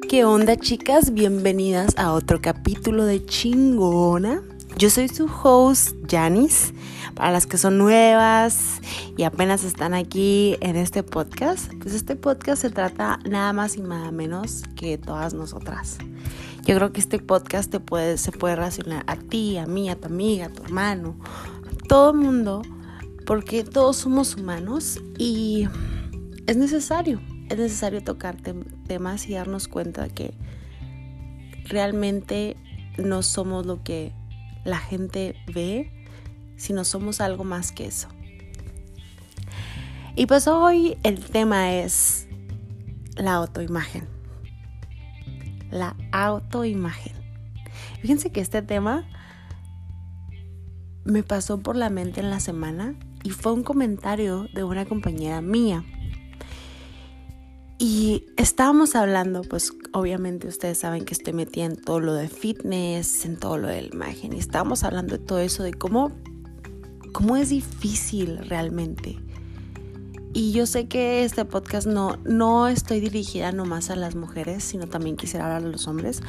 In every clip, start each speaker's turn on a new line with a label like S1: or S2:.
S1: ¿Qué onda, chicas? Bienvenidas a otro capítulo de Chingona. Yo soy su host, Janice. Para las que son nuevas y apenas están aquí en este podcast, pues este podcast se trata nada más y nada menos que todas nosotras. Yo creo que este podcast se puede relacionar a ti, a mí, a tu amiga, a tu hermano, a todo el mundo, porque todos somos humanos y es necesario tocar temas y darnos cuenta que realmente no somos lo que la gente ve, sino somos algo más que eso. Y pues hoy el tema es la autoimagen. La autoimagen. Fíjense que este tema me pasó por la mente en la semana y fue un comentario de una compañera mía. Y estábamos hablando, pues obviamente ustedes saben que estoy metida en todo lo de fitness, en todo lo de la imagen. Y estábamos hablando de todo eso, de cómo es difícil realmente. Y yo sé que este podcast no estoy dirigida nomás a las mujeres, sino también quisiera hablar a los hombres.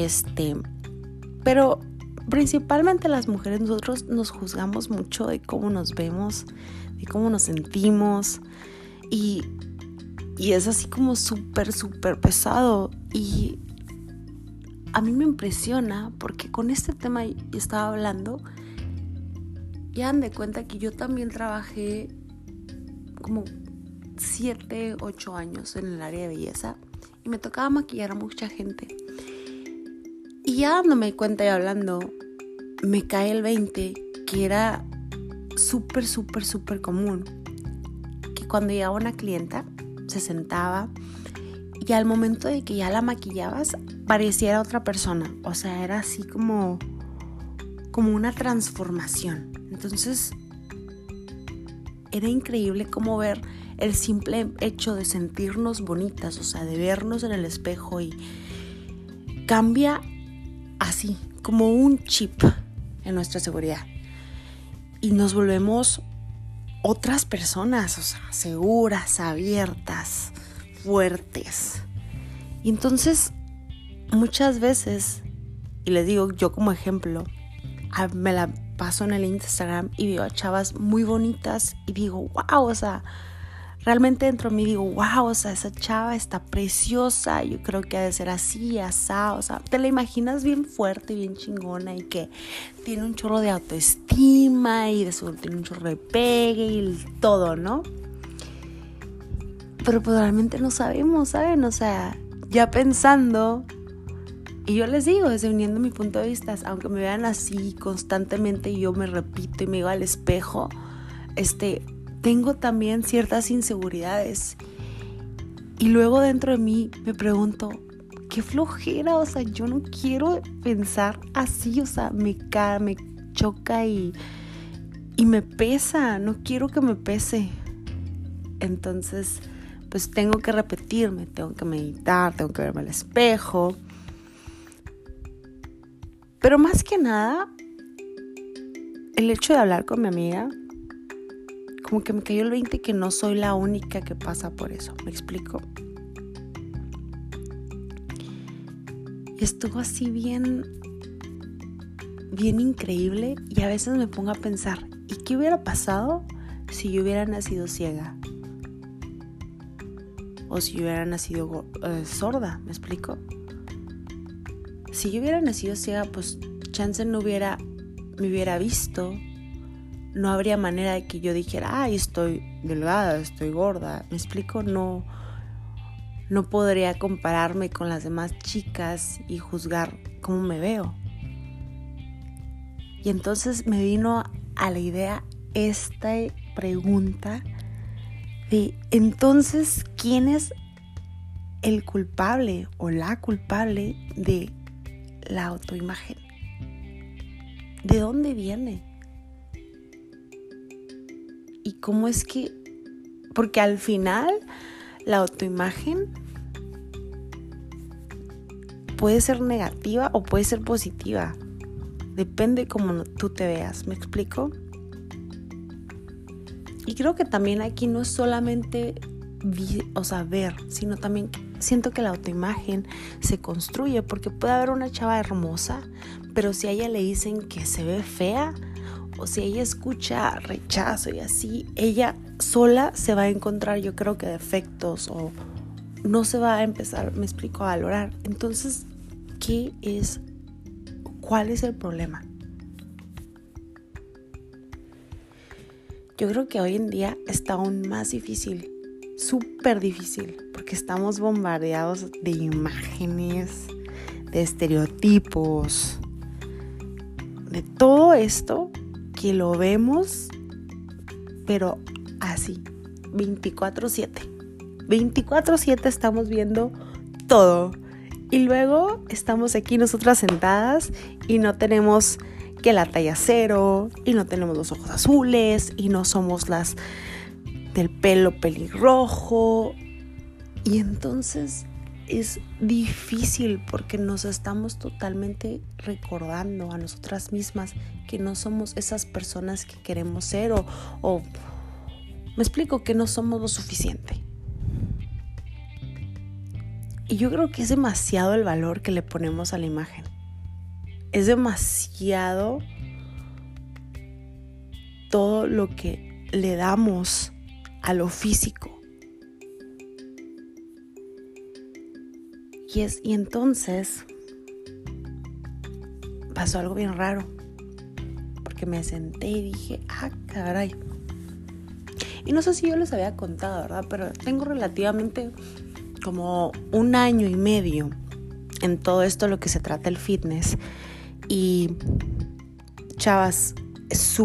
S1: Pero principalmente las mujeres, nosotros nos juzgamos mucho de cómo nos vemos, de cómo nos sentimos. Y es así como súper pesado. Y a mí me impresiona porque con este tema yo estaba hablando. Ya dan de cuenta que yo también trabajé como 7, 8 años en el área de belleza. Y me tocaba maquillar a mucha gente. Y ya dándome cuenta y hablando, me cae el 20 que era súper común. Que cuando llegaba una clienta, se sentaba y al momento de que ya la maquillabas pareciera otra persona, o sea, era así como una transformación. Entonces era increíble como ver el simple hecho de sentirnos bonitas, o sea, de vernos en el espejo, y cambia así como un chip en nuestra seguridad y nos volvemos otras personas, o sea, seguras, abiertas, fuertes. Y entonces, muchas veces, y les digo yo como ejemplo, me la paso en el Instagram y veo a chavas muy bonitas y digo, wow, o sea, realmente dentro de mí digo, wow, o sea, esa chava está preciosa, yo creo que ha de ser así, asá, o sea, te la imaginas bien fuerte, bien chingona y que tiene un chorro de autoestima y de seguro tiene un chorro de pegue y todo, ¿no? Pero pues realmente no sabemos, ¿saben? O sea, ya pensando, y yo les digo, desde uniendo mi punto de vista, aunque me vean así constantemente y yo me repito y me digo al espejo, tengo también ciertas inseguridades. Y luego dentro de mí me pregunto, qué flojera, o sea, yo no quiero pensar así, o sea, me choca y me pesa, no quiero que me pese. Entonces, pues tengo que repetirme, tengo que meditar, tengo que verme al espejo. Pero más que nada, el hecho de hablar con mi amiga, como que me cayó el 20 que no soy la única que pasa por eso. ¿Me explico? Y estuvo así bien increíble, y a veces me pongo a pensar, ¿y qué hubiera pasado si yo hubiera nacido ciega? O si yo hubiera nacido sorda, ¿me explico? Si yo hubiera nacido ciega, pues chance me hubiera visto. No habría manera de que yo dijera, ay, estoy delgada, estoy gorda. ¿Me explico? No podría compararme con las demás chicas y juzgar cómo me veo. Y entonces me vino a la idea esta pregunta de, entonces, ¿quién es el culpable o la culpable de la autoimagen? ¿De dónde viene? ¿Y cómo es que? Porque al final la autoimagen puede ser negativa o puede ser positiva. Depende cómo tú te veas, ¿me explico? Y creo que también aquí no es solamente ver, sino también siento que la autoimagen se construye porque puede haber una chava hermosa, pero si a ella le dicen que se ve fea, o si ella escucha rechazo y así, ella sola se va a encontrar, yo creo que defectos, o no se va a empezar, me explico, a valorar. Entonces, ¿cuál es el problema? Yo creo que hoy en día está aún más difícil, súper difícil, porque estamos bombardeados de imágenes, de estereotipos, de todo esto que lo vemos, pero así, 24/7. 24/7 estamos viendo todo. Y luego estamos aquí nosotras sentadas y no tenemos que la talla 0, y no tenemos los ojos azules, y no somos las del pelo pelirrojo. Y entonces es difícil porque nos estamos totalmente recordando a nosotras mismas que no somos esas personas que queremos ser, o me explico, que no somos lo suficiente. Y yo creo que es demasiado el valor que le ponemos a la imagen. Es demasiado todo lo que le damos a lo físico. Y entonces pasó algo bien raro, porque me senté y dije, caray. Y no sé si yo les había contado, ¿verdad? Pero tengo relativamente como 1 año y medio en todo esto, lo que se trata el fitness. Y chavas, es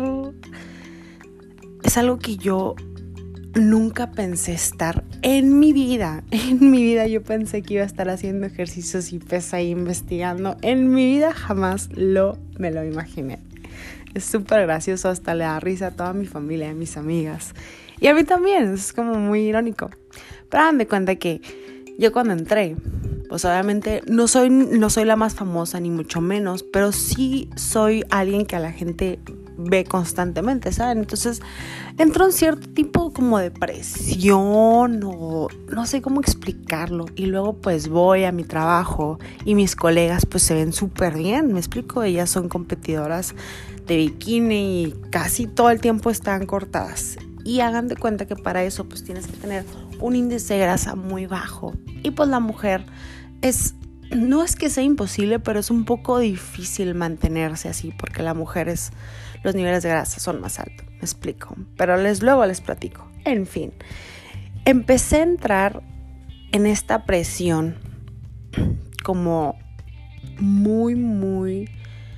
S1: algo que yo nunca pensé estar en mi vida. En mi vida yo pensé que iba a estar haciendo ejercicios y pesa ahí investigando. En mi vida jamás me lo imaginé. Es súper gracioso, hasta le da risa a toda mi familia, a mis amigas. Y a mí también, es como muy irónico. Pero hagan de cuenta que yo cuando entré, pues obviamente no soy la más famosa ni mucho menos, pero sí soy alguien que a la gente ve constantemente, ¿saben? Entonces entro en cierto tipo como de presión, o no sé cómo explicarlo, y luego pues voy a mi trabajo y mis colegas pues se ven súper bien, me explico, ellas son competidoras de bikini y casi todo el tiempo están cortadas, y hagan de cuenta que para eso pues tienes que tener un índice de grasa muy bajo, y pues la mujer no es que sea imposible, pero es un poco difícil mantenerse así, porque los niveles de grasa son más altos, me explico, pero luego les platico. En fin, empecé a entrar en esta presión como muy, muy,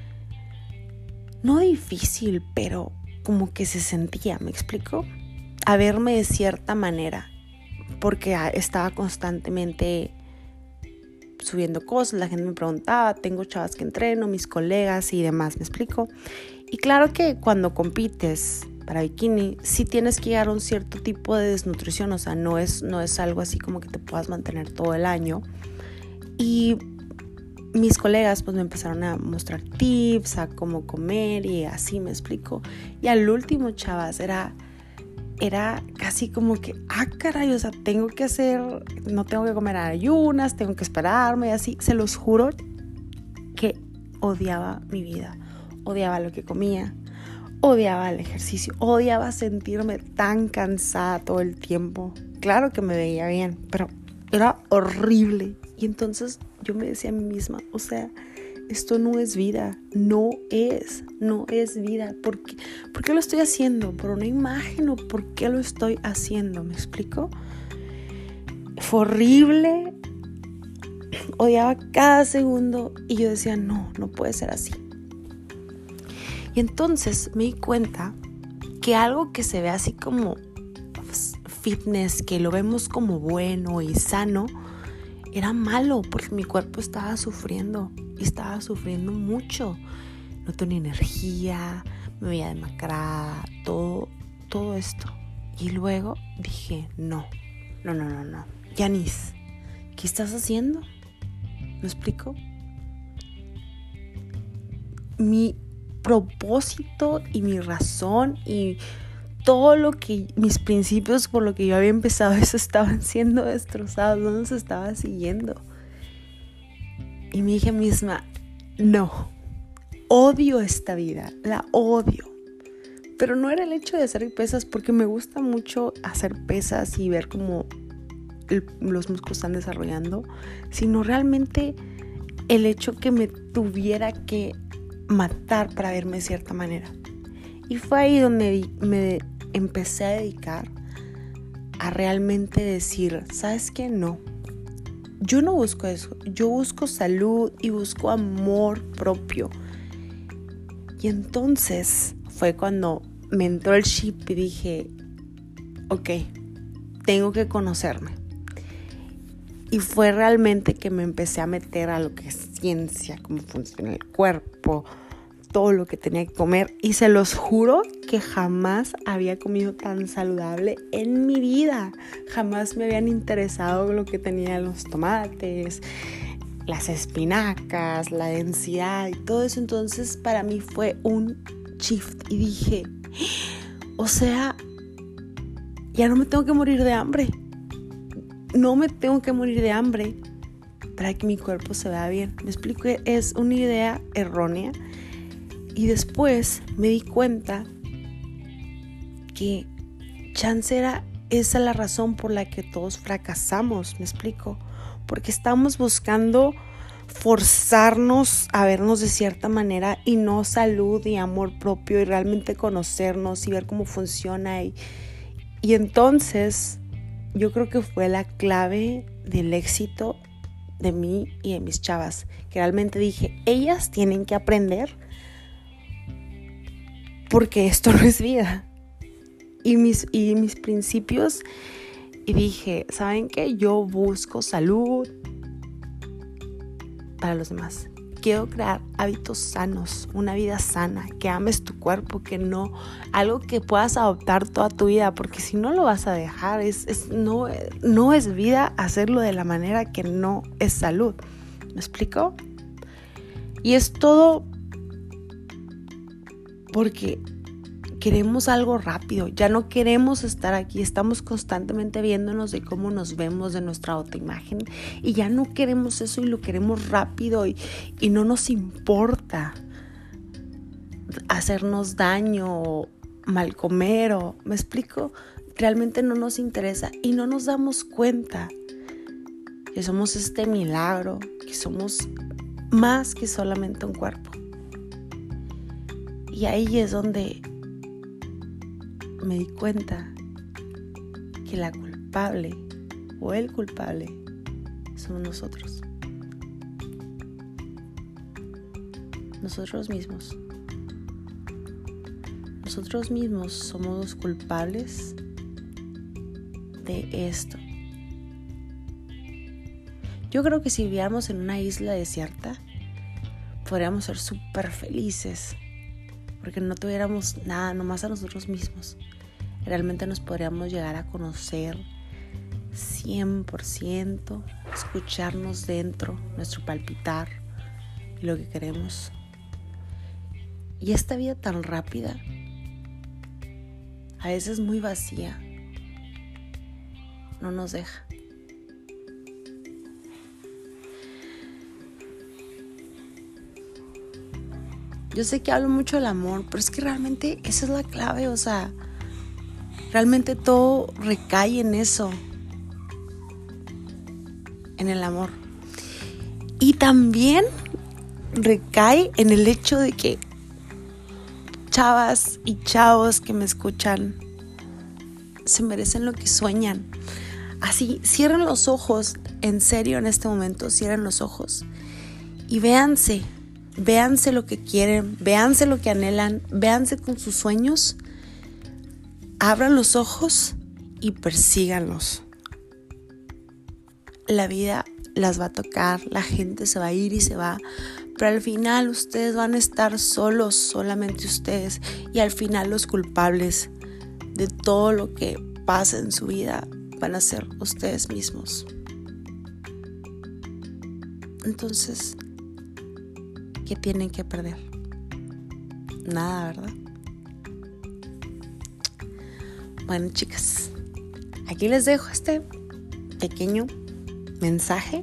S1: no difícil, pero como que se sentía, me explico, a verme de cierta manera, porque estaba constantemente subiendo cosas, la gente me preguntaba, tengo chavas que entreno, mis colegas y demás, ¿me explico? Y claro que cuando compites para bikini, sí tienes que llegar a un cierto tipo de desnutrición, o sea, no es algo así como que te puedas mantener todo el año. Y mis colegas pues me empezaron a mostrar tips, a cómo comer y así, ¿me explico? Y al último, chavas, era casi como que, caray, o sea, no tengo que comer ayunas, tengo que esperarme y así. Se los juro que odiaba mi vida, odiaba lo que comía, odiaba el ejercicio, odiaba sentirme tan cansada todo el tiempo. Claro que me veía bien, pero era horrible. Y entonces yo me decía a mí misma, o sea, esto no es vida, no es vida. ¿Por qué lo estoy haciendo? ¿Por una imagen o por qué lo estoy haciendo? ¿Me explico? Fue horrible, odiaba cada segundo y yo decía, no puede ser así. Y entonces me di cuenta que algo que se ve así como fitness, que lo vemos como bueno y sano, era malo, porque mi cuerpo estaba sufriendo mucho. No tenía energía, me veía demacrada, todo esto. Y luego dije, no, Yanis, ¿qué estás haciendo? ¿Me explico? Mi propósito y mi razón y todo lo que mis principios por lo que yo había empezado eso estaban siendo destrozados, no nos estaba siguiendo. Y me dije misma, no, odio esta vida, la odio. Pero no era el hecho de hacer pesas, porque me gusta mucho hacer pesas y ver cómo los músculos están desarrollando, sino realmente el hecho que me tuviera que matar para verme de cierta manera. Y fue ahí donde me empecé a dedicar a realmente decir, ¿sabes qué? No. Yo no busco eso. Yo busco salud y busco amor propio. Y entonces fue cuando me entró el chip y dije, ok, tengo que conocerme. Y fue realmente que me empecé a meter a lo que es ciencia, cómo funciona el cuerpo, todo lo que tenía que comer. Y se los juro que jamás había comido tan saludable en mi vida. Jamás me habían interesado lo que tenían los tomates, las espinacas, la densidad y todo eso. Entonces para mí fue un shift y dije, o sea, ya no me tengo que morir de hambre. No me tengo que morir de hambre para que mi cuerpo se vea bien. Me explico, es una idea errónea. Y después me di cuenta que chance era esa la razón por la que todos fracasamos. Me explico, porque estamos buscando forzarnos a vernos de cierta manera y no salud y amor propio y realmente conocernos y ver cómo funciona. Y entonces yo creo que fue la clave del éxito de mí y de mis chavas, que realmente dije, ellas tienen que aprender porque esto no es vida. Y mis principios, y dije, ¿saben qué? Yo busco salud para los demás. Quiero crear hábitos sanos, una vida sana, que ames tu cuerpo, que no, algo que puedas adoptar toda tu vida, porque si no lo vas a dejar, no es vida hacerlo de la manera que no es salud. ¿Me explico? Y es todo porque queremos algo rápido, ya no queremos estar aquí, estamos constantemente viéndonos de cómo nos vemos, de nuestra autoimagen, y ya no queremos eso y lo queremos rápido y no nos importa hacernos daño o mal comer, o ¿me explico? Realmente no nos interesa y no nos damos cuenta que somos este milagro, que somos más que solamente un cuerpo. Y ahí es donde me di cuenta que la culpable o el culpable somos nosotros. Nosotros mismos. Nosotros mismos somos los culpables de esto. Yo creo que si viviéramos en una isla desierta, podríamos ser súper felices, porque no tuviéramos nada, nomás a nosotros mismos. Realmente nos podríamos llegar a conocer 100%, escucharnos dentro, nuestro palpitar y lo que queremos. Y esta vida tan rápida, a veces muy vacía, no nos deja. Yo sé que hablo mucho del amor, pero es que realmente esa es la clave, o sea, realmente todo recae en eso, en el amor. Y también recae en el hecho de que chavas y chavos que me escuchan se merecen lo que sueñan. Así, cierren los ojos, en serio, en este momento, cierren los ojos y véanse lo que quieren, véanse lo que anhelan, véanse con sus sueños, abran los ojos y persíganlos. La vida las va a tocar, la gente se va a ir y se va, pero al final ustedes van a estar solos, solamente ustedes, y al final los culpables de todo lo que pasa en su vida van a ser ustedes mismos. Entonces, ¿qué tienen que perder? Nada, ¿verdad? Bueno, chicas, aquí les dejo este pequeño mensaje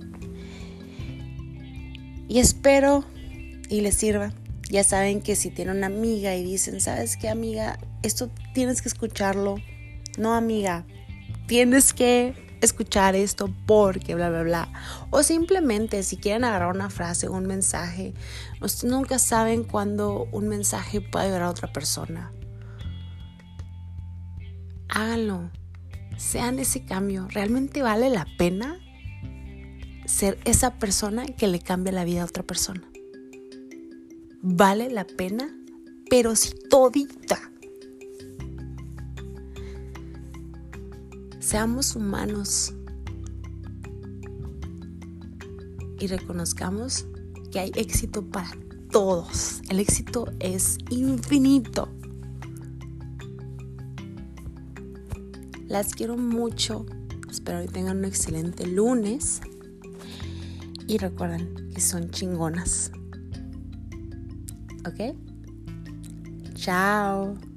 S1: y espero y les sirva. Ya saben que si tienen una amiga y dicen, ¿sabes qué, amiga? Esto tienes que escucharlo. No, amiga, tienes que escuchar esto porque bla, bla, bla. O simplemente si quieren agarrar una frase o un mensaje, ustedes nunca saben cuándo un mensaje puede ayudar a otra persona. Háganlo. Sean ese cambio. ¿Realmente vale la pena ser esa persona que le cambia la vida a otra persona? ¿Vale la pena? Pero si todita. Seamos humanos y reconozcamos que hay éxito para todos. El éxito es infinito. Las quiero mucho. Espero que tengan un excelente lunes. Y recuerden que son chingonas. ¿Ok? Chao.